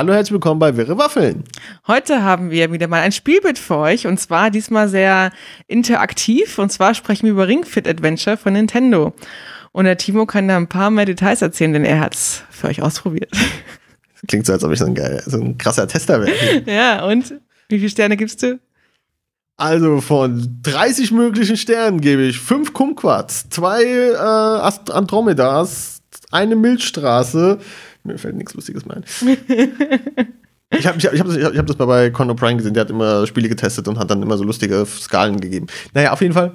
Hallo, herzlich willkommen bei Wirre Waffeln. Heute haben wir wieder mal ein Spielbild für euch und zwar diesmal sehr interaktiv und zwar sprechen wir über Ring Fit Adventure von Nintendo. Und der Timo kann da ein paar mehr Details erzählen, denn er hat es für euch ausprobiert. Klingt so, als ob ich so ein krasser Tester wäre. Ja, und wie viele Sterne gibst du? Also von 30 möglichen Sternen gebe ich 5 Kumquats, 2 Andromedas, eine Milchstraße. Mir fällt nichts Lustiges mehr ein. Ich hab das mal bei Conor O'Brien gesehen, der hat immer Spiele getestet und hat dann immer so lustige Skalen gegeben. Naja, auf jeden Fall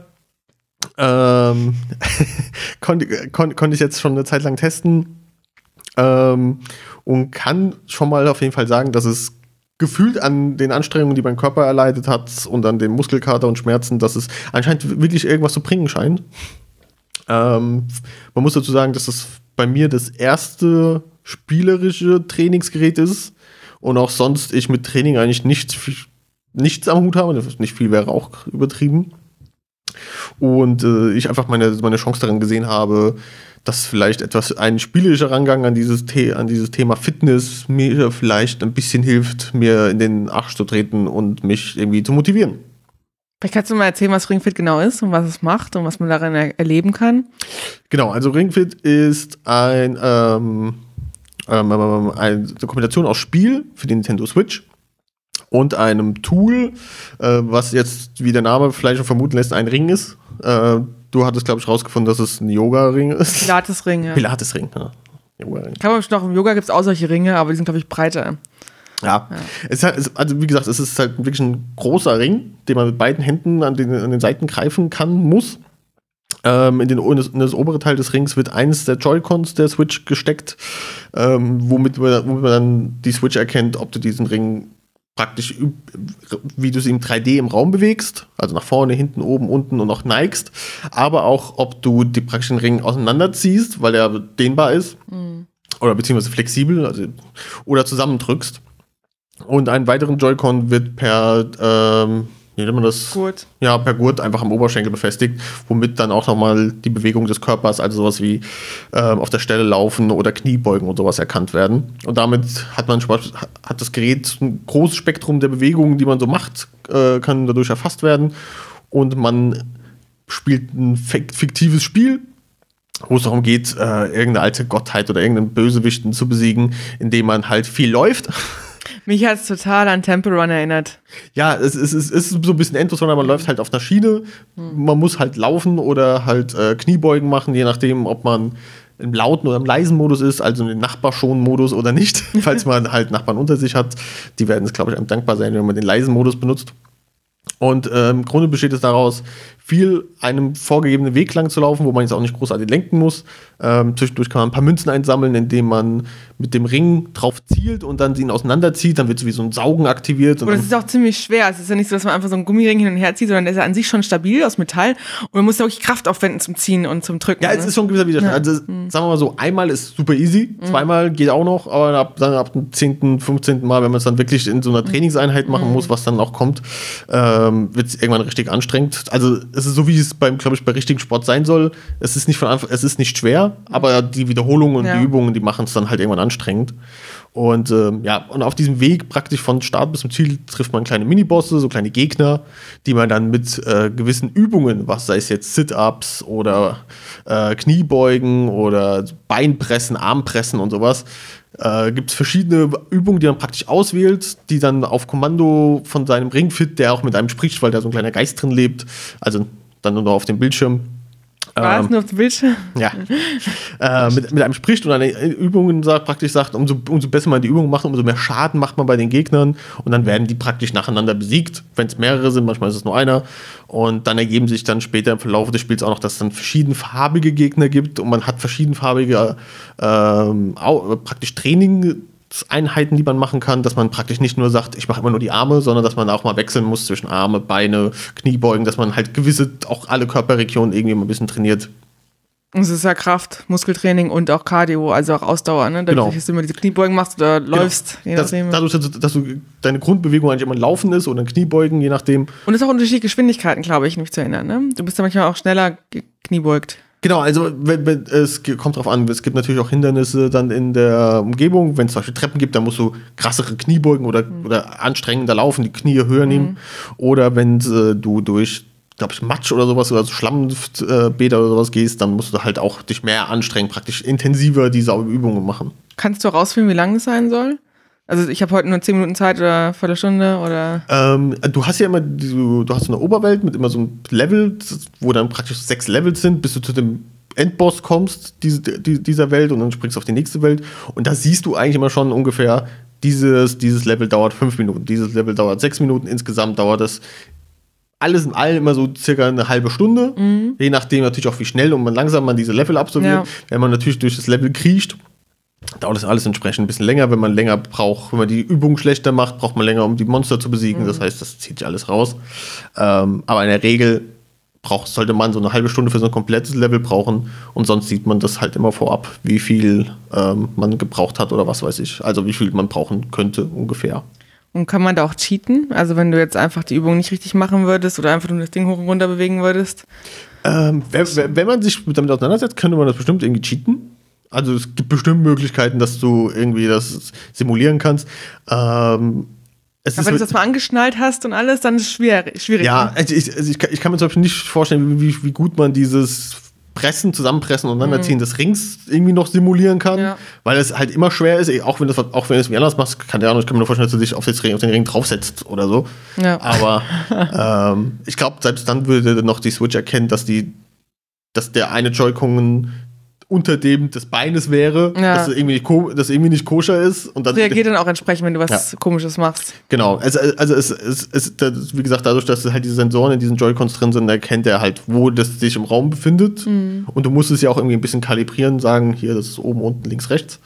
konnte ich jetzt schon eine Zeit lang testen und kann schon mal auf jeden Fall sagen, dass es gefühlt an den Anstrengungen, die mein Körper erleidet hat und an den Muskelkater und Schmerzen, dass es anscheinend wirklich irgendwas zu bringen scheint. Man muss dazu sagen, dass das bei mir das erste spielerische Trainingsgerät ist und auch sonst ich mit Training eigentlich nichts am Hut habe. Nicht viel wäre auch übertrieben. Und ich einfach meine Chance darin gesehen habe, dass vielleicht ein spielerischer Rangang an dieses Thema Fitness mir vielleicht ein bisschen hilft, mir in den Arsch zu treten und mich irgendwie zu motivieren. Vielleicht kannst du mal erzählen, was Ring Fit genau ist und was es macht und was man darin erleben kann. Genau, also Ring Fit ist eine Kombination aus Spiel für die Nintendo Switch und einem Tool, was jetzt, wie der Name vielleicht schon vermuten lässt, ein Ring ist. Du hattest, glaube ich, rausgefunden, dass es ein Yoga-Ring ist. Pilates-Ring, ja. Pilates-Ring, ja. Yoga-Ring. Kann man noch im Yoga gibt es auch solche Ringe, aber die sind, glaube ich, breiter. Ja. Also wie gesagt, es ist halt wirklich ein großer Ring, den man mit beiden Händen an den Seiten greifen muss. In das obere Teil des Rings wird eines der Joy-Cons der Switch gesteckt, womit man dann die Switch erkennt, ob du diesen Ring praktisch, wie du es im 3D im Raum bewegst, also nach vorne, hinten, oben, unten und auch neigst, aber auch, ob du die praktischen Ring auseinanderziehst, weil er dehnbar ist, oder beziehungsweise flexibel, also, oder zusammendrückst. Und einen weiteren Joy-Con wird per, wie nennt man das? Gurt. Ja, per Gurt einfach am Oberschenkel befestigt, womit dann auch nochmal die Bewegung des Körpers, also sowas wie auf der Stelle laufen oder Kniebeugen und sowas erkannt werden. Und damit hat das Gerät ein großes Spektrum der Bewegungen, die man so macht, kann dadurch erfasst werden. Und man spielt ein fiktives Spiel, wo es darum geht, irgendeine alte Gottheit oder irgendeinen Bösewichten zu besiegen, indem man halt viel läuft. Mich hat es total an Temple Run erinnert. Ja, es ist so ein bisschen Endless, sondern man läuft halt auf einer Schiene. Man muss halt laufen oder halt Kniebeugen machen, je nachdem, ob man im lauten oder im leisen Modus ist, also im Nachbarschon-Modus oder nicht. Falls man halt Nachbarn unter sich hat. Die werden es, glaube ich, einem dankbar sein, wenn man den leisen Modus benutzt. Und im Grunde besteht es daraus, viel einem vorgegebenen Weg lang zu laufen, wo man jetzt auch nicht großartig lenken muss. Zwischendurch kann man ein paar Münzen einsammeln, indem man mit dem Ring drauf zielt und dann ihn auseinanderzieht. Dann wird so wie so ein Saugen aktiviert. Und das ist auch ziemlich schwer. Es ist ja nicht so, dass man einfach so einen Gummiring hin und her zieht, sondern der ist ja an sich schon stabil aus Metall. Und man muss ja wirklich Kraft aufwenden zum Ziehen und zum Drücken. Ja, es ist schon ein gewisser Widerstand. Ja. Also sagen wir mal so, einmal ist super easy, zweimal geht auch noch, aber ab dem 10., 15. Mal, wenn man es dann wirklich in so einer Trainingseinheit machen muss, was dann auch kommt, wird es irgendwann richtig anstrengend. Also es ist so, wie es bei richtigem Sport sein soll. Es ist nicht schwer, aber die Wiederholungen und die Übungen, die machen es dann halt irgendwann anstrengend. Und und auf diesem Weg praktisch von Start bis zum Ziel trifft man kleine Minibosse, so kleine Gegner, die man dann mit gewissen Übungen, was sei es jetzt Sit-Ups oder Kniebeugen oder Beinpressen, Armpressen und sowas, gibt es verschiedene Übungen, die man praktisch auswählt, die dann auf Kommando von seinem Ringfit, der auch mit einem spricht, weil da so ein kleiner Geist drin lebt, also dann nur auf dem Bildschirm. Was? Nur auf dem Bildschirm? Ja. mit einem spricht und eine Übungen sagt, umso besser man die Übung macht, umso mehr Schaden macht man bei den Gegnern und dann werden die praktisch nacheinander besiegt. Wenn es mehrere sind, manchmal ist es nur einer. Und dann ergeben sich dann später im Verlauf des Spiels auch noch, dass es dann verschiedenfarbige Gegner gibt und man hat verschiedenfarbige praktisch Trainingseinheiten, die man machen kann, dass man praktisch nicht nur sagt, ich mache immer nur die Arme, sondern dass man auch mal wechseln muss zwischen Arme, Beine, Kniebeugen, dass man halt auch alle Körperregionen irgendwie mal ein bisschen trainiert. Es ist ja Kraft, Muskeltraining und auch Cardio, also auch Ausdauer, ne? Dadurch, dass du immer diese Kniebeugen machst oder läufst, je nachdem. Dadurch, dass du deine Grundbewegung eigentlich immer ein Laufen ist oder ein Kniebeugen, je nachdem. Und es ist auch unterschiedliche Geschwindigkeiten, glaube ich, mich zu erinnern, ne? Du bist ja manchmal auch schneller kniebeugt. Genau, also es kommt drauf an, es gibt natürlich auch Hindernisse dann in der Umgebung. Wenn es zum Beispiel Treppen gibt, dann musst du krassere Kniebeugen oder anstrengender laufen, die Knie höher nehmen. Oder wenn du durch, glaube ich, Matsch oder sowas oder so Schlammbäder oder sowas gehst, dann musst du halt auch dich mehr anstrengen, praktisch intensiver diese Übungen machen. Kannst du rausfinden, wie lang es sein soll? Also ich habe heute nur 10 Minuten Zeit oder eine Viertelstunde oder. Du hast ja immer, du hast eine Oberwelt mit immer so einem Level, wo dann praktisch 6 Levels sind, bis du zu dem Endboss kommst dieser Welt und dann springst du auf die nächste Welt. Und da siehst du eigentlich immer schon ungefähr, dieses Level dauert 5 Minuten, dieses Level dauert 6 Minuten, insgesamt dauert das alles in allem immer so circa eine halbe Stunde, je nachdem natürlich auch wie schnell und langsam man diese Level absolviert. Ja. Wenn man natürlich durch das Level kriecht, dauert das alles entsprechend ein bisschen länger. Wenn man länger braucht, wenn man die Übung schlechter macht, braucht man länger, um die Monster zu besiegen. Das heißt, das zieht sich alles raus. Aber in der Regel sollte man so eine halbe Stunde für so ein komplettes Level brauchen. Und sonst sieht man das halt immer vorab, wie viel man gebraucht hat oder was weiß ich. Also wie viel man brauchen könnte ungefähr. Und kann man da auch cheaten? Also wenn du jetzt einfach die Übung nicht richtig machen würdest oder einfach nur das Ding hoch und runter bewegen würdest? Wenn man sich damit auseinandersetzt, könnte man das bestimmt irgendwie cheaten. Also es gibt bestimmt Möglichkeiten, dass du irgendwie das simulieren kannst. Aber wenn du das mal angeschnallt hast und alles, dann ist es schwierig. Ja, also ich kann mir zum Beispiel nicht vorstellen, wie gut man dieses Zusammenpressen und Auseinanderziehen des Rings irgendwie noch simulieren kann, weil es halt immer schwer ist, auch wenn du es wie anders machst, ich kann mir nur vorstellen, dass du dich auf den Ring draufsetzt oder so. Ja. Aber ich glaube, selbst dann würde noch die Switch erkennen, dass der eine Joy-Con unter dem des Beines wäre, dass irgendwie nicht koscher ist. Und dann reagiert dann auch entsprechend, wenn du was Komisches machst. Genau. Also wie gesagt, dadurch, dass halt diese Sensoren in diesen Joy-Cons drin sind, erkennt er halt, wo das sich im Raum befindet. Und du musst es ja auch irgendwie ein bisschen kalibrieren, sagen, hier, das ist oben, unten, links, rechts.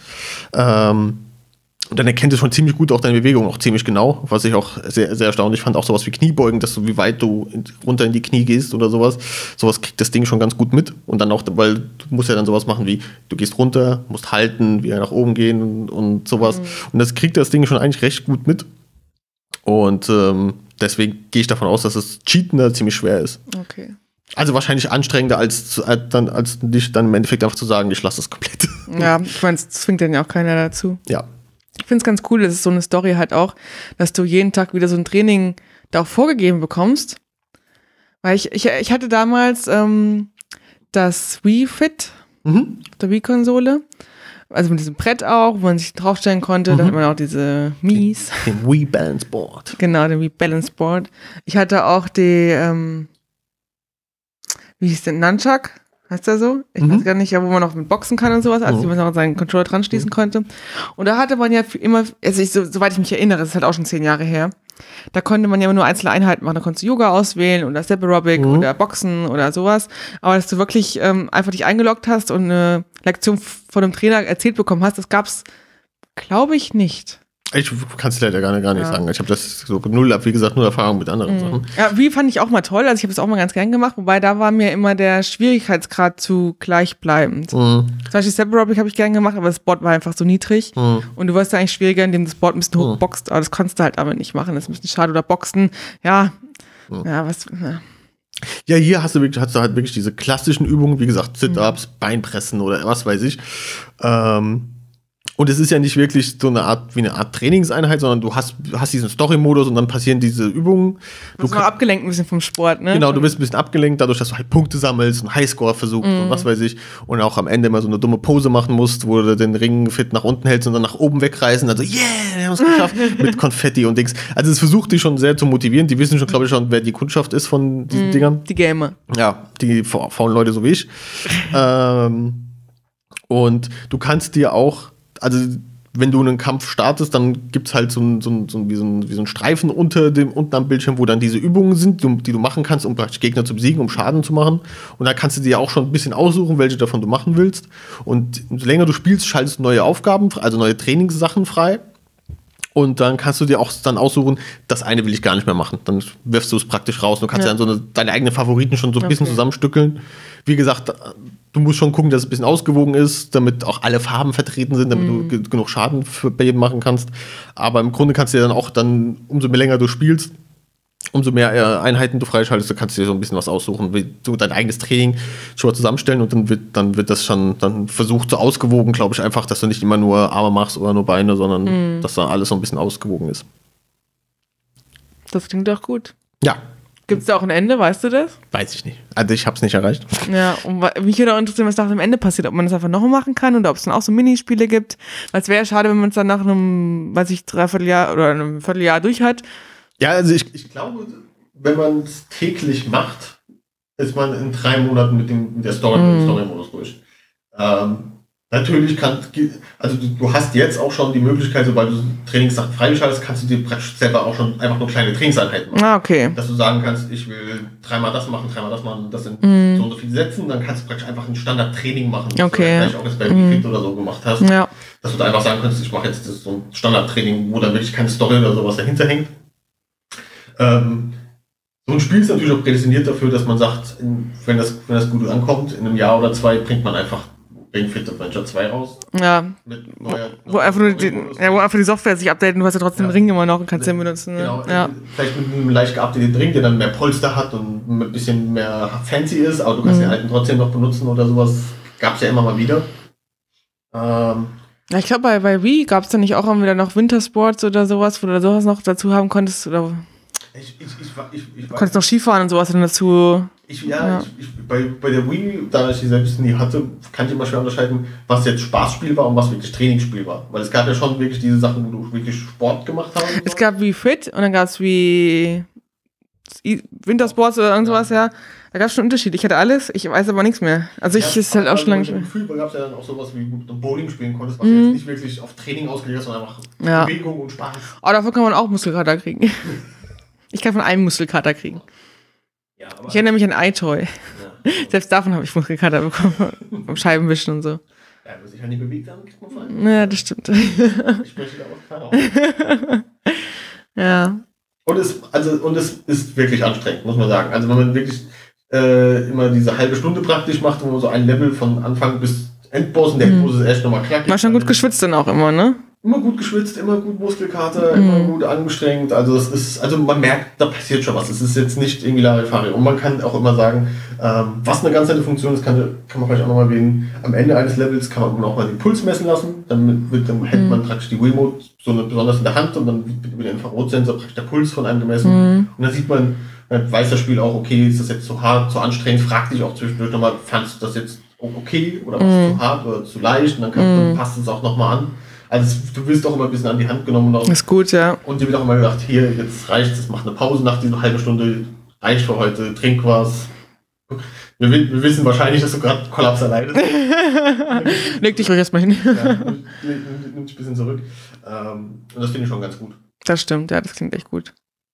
Und dann erkennt es schon ziemlich gut auch deine Bewegung, auch ziemlich genau, was ich auch sehr, sehr erstaunlich fand. Auch sowas wie Kniebeugen, dass du, wie weit du runter in die Knie gehst oder sowas. Sowas kriegt das Ding schon ganz gut mit. Und dann auch, weil du musst ja dann sowas machen wie, du gehst runter, musst halten, wieder nach oben gehen und sowas. Und das kriegt das Ding schon eigentlich recht gut mit. Und deswegen gehe ich davon aus, dass das Cheaten da ziemlich schwer ist. Okay. Also wahrscheinlich anstrengender, als dich dann im Endeffekt einfach zu sagen, ich lasse das komplett. Ja, ich meine, es zwingt dann ja auch keiner dazu. Ja. Ich finde es ganz cool, das ist so eine Story halt auch, dass du jeden Tag wieder so ein Training da auch vorgegeben bekommst. Weil ich hatte damals das Wii Fit, der Wii-Konsole, also mit diesem Brett auch, wo man sich draufstellen konnte, da hat man auch diese Mies. Den Wii Balance Board. Genau, den Wii Balance Board. Ich hatte auch die, wie hieß denn, Nunchuck? Heißt der so? Ich weiß gar nicht, ja, wo man noch mit boxen kann und sowas, also die man noch an seinen Controller dran schließen konnte. Und da hatte man ja immer, also soweit ich mich erinnere, das ist halt auch schon 10 Jahre her, da konnte man ja immer nur einzelne Einheiten machen. Da konntest du Yoga auswählen oder Step Aerobic oder Boxen oder sowas. Aber dass du wirklich einfach dich eingeloggt hast und eine Lektion von einem Trainer erzählt bekommen hast, das gab's, glaube ich, nicht. Ich kann es leider gar nicht sagen. Ich habe das so null Erfahrung mit anderen Sachen. Ja, Wii fand ich auch mal toll. Also ich habe das auch mal ganz gern gemacht, wobei da war mir immer der Schwierigkeitsgrad zu gleichbleibend. Zum Beispiel Step Aerobic habe ich gern gemacht, aber das Board war einfach so niedrig. Und du wirst da eigentlich schwieriger, indem das Board ein bisschen hochboxt, aber das konntest du halt damit nicht machen. Das ist ein bisschen schade. Oder Boxen, ja, was. Ja, hier hast du halt wirklich diese klassischen Übungen, wie gesagt, Sit-Ups, Beinpressen oder was weiß ich. Und es ist ja nicht wirklich so eine Art Trainingseinheit, sondern du hast diesen Story-Modus und dann passieren diese Übungen. Du bist noch abgelenkt ein bisschen vom Sport, ne? Genau, du bist ein bisschen abgelenkt, dadurch, dass du halt Punkte sammelst und Highscore versuchst und was weiß ich. Und auch am Ende immer so eine dumme Pose machen musst, wo du den Ring fit nach unten hältst und dann nach oben wegreißen. Also, yeah, wir haben es geschafft. Mit Konfetti und Dings. Also es versucht dich schon sehr zu motivieren. Die wissen schon, glaube ich, schon, wer die Kundschaft ist von diesen Dingern. Die Gamer. Ja, die faulen Leute so wie ich. Und du kannst dir auch, also wenn du einen Kampf startest, dann gibt es halt so einen Streifen unten am Bildschirm, wo dann diese Übungen sind, die du machen kannst, um praktisch Gegner zu besiegen, um Schaden zu machen. Und da kannst du dir auch schon ein bisschen aussuchen, welche davon du machen willst. Und je länger du spielst, schaltest du neue Aufgaben, also neue Trainingssachen frei. Und dann kannst du dir auch dann aussuchen, das eine will ich gar nicht mehr machen. Dann wirfst du es praktisch raus. Du kannst dann deine eigenen Favoriten schon so ein bisschen zusammenstückeln. Wie gesagt, du musst schon gucken, dass es ein bisschen ausgewogen ist, damit auch alle Farben vertreten sind, damit du genug Schaden bei jedem machen kannst. Aber im Grunde kannst du dir dann auch umso mehr länger du spielst, umso mehr Einheiten du freischaltest, du kannst dir so ein bisschen was aussuchen, wie du dein eigenes Training schon mal zusammenstellen und dann wird das schon dann versucht so ausgewogen, glaube ich, einfach, dass du nicht immer nur Arme machst oder nur Beine, sondern dass da alles so ein bisschen ausgewogen ist. Das klingt doch gut. Ja. Gibt es da auch ein Ende, weißt du das? Weiß ich nicht. Also ich habe es nicht erreicht. Ja, und mich würde auch interessieren, was nach dem Ende passiert, ob man das einfach noch machen kann oder ob es dann auch so Minispiele gibt. Weil es wäre ja schade, wenn man es dann nach einem, weiß ich, Dreivierteljahr oder einem Vierteljahr durch hat. Ja, also ich glaube, wenn man es täglich macht, ist man in 3 Monaten mit der Story-Modus durch. Natürlich also du hast jetzt auch schon die Möglichkeit, sobald du Trainingssachen freigeschaltet hast, kannst du dir praktisch selber auch schon einfach nur kleine Trainingseinheiten machen. Ah, okay. Dass du sagen kannst, ich will 3-mal das machen, das sind so und so viele Sätze, und dann kannst du praktisch einfach ein Standardtraining machen, das okay. du vielleicht auch jetzt bei WeFit oder so gemacht hast. Ja. Dass du da einfach sagen kannst, ich mache jetzt so ein Standardtraining, wo dann wirklich keine Story oder sowas dahinter hängt. So ein Spiel ist natürlich auch prädestiniert dafür, dass man sagt, wenn das gut ankommt, in einem Jahr oder 2 bringt man einfach Ring Fit Adventure 2 raus. Ja. Wo einfach nur die Software sich updaten, du hast ja trotzdem den Ring immer noch und kannst den benutzen. Ne? Genau, ja. Vielleicht mit einem leicht geupdateten Ring, der dann mehr Polster hat und ein bisschen mehr fancy ist, aber du kannst den alten trotzdem noch benutzen oder sowas. Gab es ja immer mal wieder. Ja, ich glaube, bei Wii gab es da nicht auch wieder noch Wintersports oder sowas, wo du da sowas noch dazu haben konntest? Oder Ich du konntest noch Skifahren und sowas dann dazu. Bei der Wii, da ich die selbst nie hatte, kann ich immer schwer unterscheiden, was jetzt Spaßspiel war und was wirklich Trainingsspiel war. Weil es gab ja schon wirklich diese Sachen, wo du wirklich Sport gemacht hast. Es gab Wii Fit und dann gab es Wii Wintersports oder irgendwas, ja. Da gab es schon Unterschiede. Ich hatte alles, ich weiß aber nichts mehr. Also ist halt auch schon lange nicht mehr. Gefühl gab es ja dann auch sowas, wie du Bowling spielen konntest, was jetzt nicht wirklich auf Training ausgelegt ist, sondern einfach Bewegung und Spaß. Aber davon kann man auch Muskelkater kriegen. Ich kann von einem Muskelkater kriegen. Ja, ich erinnere mich an iToy. Ja. Selbst davon habe ich Muskelkater bekommen. Beim Scheibenwischen und so. Ja, wenn man sich halt nicht bewegt, dann kriegt man Fallen. Ja, das stimmt. Ich möchte da auch keiner. Ja. Und es ist wirklich anstrengend, muss man sagen. Also wenn man wirklich immer diese halbe Stunde praktisch macht, wo man so ein Level von Anfang bis Endboss, und der Endboss ist echt nochmal knackig. War schon gut geschwitzt dann auch immer, ne? Immer gut geschwitzt, immer gut Muskelkater, immer gut angestrengt. Also man merkt, da passiert schon was. Es ist jetzt nicht irgendwie Larifari. Und man kann auch immer sagen, was eine ganz nette Funktion ist, kann man vielleicht auch nochmal erwähnen. Am Ende eines Levels kann man auch mal den Puls messen lassen. Dann hält man praktisch die Wiimote so besonders in der Hand und dann wird über den Infrarotsensor praktisch der Puls von einem gemessen. Und dann sieht man, dann weiß das Spiel auch, okay, ist das jetzt zu hart, zu anstrengend, fragt dich auch zwischendurch nochmal, fandest du das jetzt okay oder was zu hart oder zu leicht? Und dann passt es auch nochmal an. Also du wirst auch immer ein bisschen an die Hand genommen. Ist gut, ja. Und dir wird auch immer gedacht, hier, jetzt reicht es, mach eine Pause nach dieser halben Stunde, reicht für heute, trink was. Wir wissen wahrscheinlich, dass du gerade Kollaps erleidest. Leg dich ruhig erstmal hin. Ja, nimm dich ein bisschen zurück. Und das finde ich schon ganz gut. Das stimmt, ja, das klingt echt gut.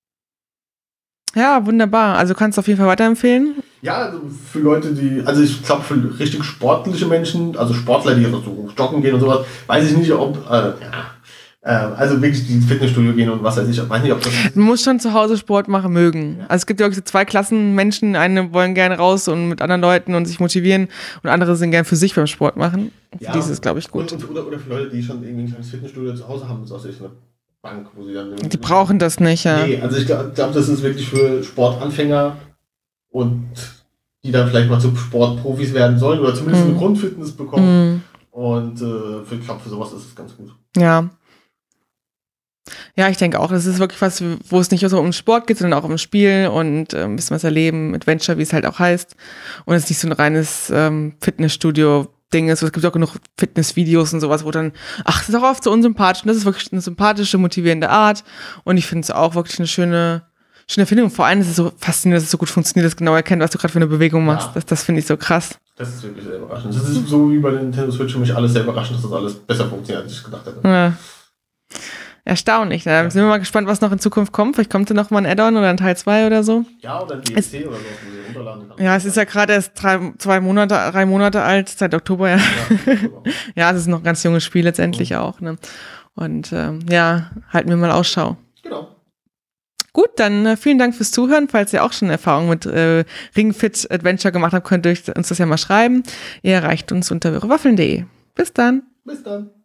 Ja, wunderbar. Also kannst du auf jeden Fall weiterempfehlen? Ja, also für Leute, ich glaube für richtig sportliche Menschen, also Sportler, die einfach so joggen gehen und sowas, weiß ich nicht, ob, also wirklich ins Fitnessstudio gehen und was weiß ich weiß nicht, ob das... Du musst schon zu Hause Sport machen mögen. Ja. Also es gibt ja auch so 2 Klassen Menschen, eine wollen gerne raus und mit anderen Leuten und sich motivieren und andere sind gerne für sich beim Sport machen. Für die ist es, glaube ich, gut. Oder für Leute, die schon irgendwie ein kleines Fitnessstudio zu Hause haben, ist auch eine Bank, wo sie dann... Die brauchen das nicht, ja. Nee, also ich glaube, das ist wirklich für Sportanfänger und die dann vielleicht mal zu Sportprofis werden sollen oder zumindest eine Grundfitness bekommen. Und ich glaube, für sowas ist es ganz gut. Ja. Ja, ich denke auch, das ist wirklich was, wo es nicht so um Sport geht, sondern auch um Spiel und ein bisschen was erleben, Adventure, wie es halt auch heißt. Und es ist nicht so ein reines Fitnessstudio-Ding ist. Es gibt auch genug Fitnessvideos und sowas, wo dann, das ist auch oft so unsympathisch. Und das ist wirklich eine sympathische, motivierende Art. Und ich finde es auch wirklich eine schöne Erfindung. Vor allem ist es so faszinierend, dass es so gut funktioniert, dass es genau erkennt, was du gerade für eine Bewegung machst. Ja. Das finde ich so krass. Das ist wirklich sehr überraschend. Das ist so wie bei der Nintendo Switch für mich alles sehr überraschend, dass das alles besser funktioniert, als ich gedacht hätte. Ja. Erstaunlich. Da sind wir mal gespannt, was noch in Zukunft kommt. Vielleicht kommt da noch mal ein Add-on oder ein Teil 2 oder so. Ja, oder ein DLC oder so, wo sie runterladen kann. Ja, es ist ja gerade erst 3 Monate alt, seit Oktober. Ja, ja, es ist noch ein ganz junges Spiel letztendlich auch. Ne? Und halten wir mal Ausschau. Genau. Gut, dann vielen Dank fürs Zuhören. Falls ihr auch schon Erfahrungen mit Ring Fit Adventure gemacht habt, könnt ihr uns das ja mal schreiben. Ihr erreicht uns unter wirrewaffeln.de. Bis dann. Bis dann.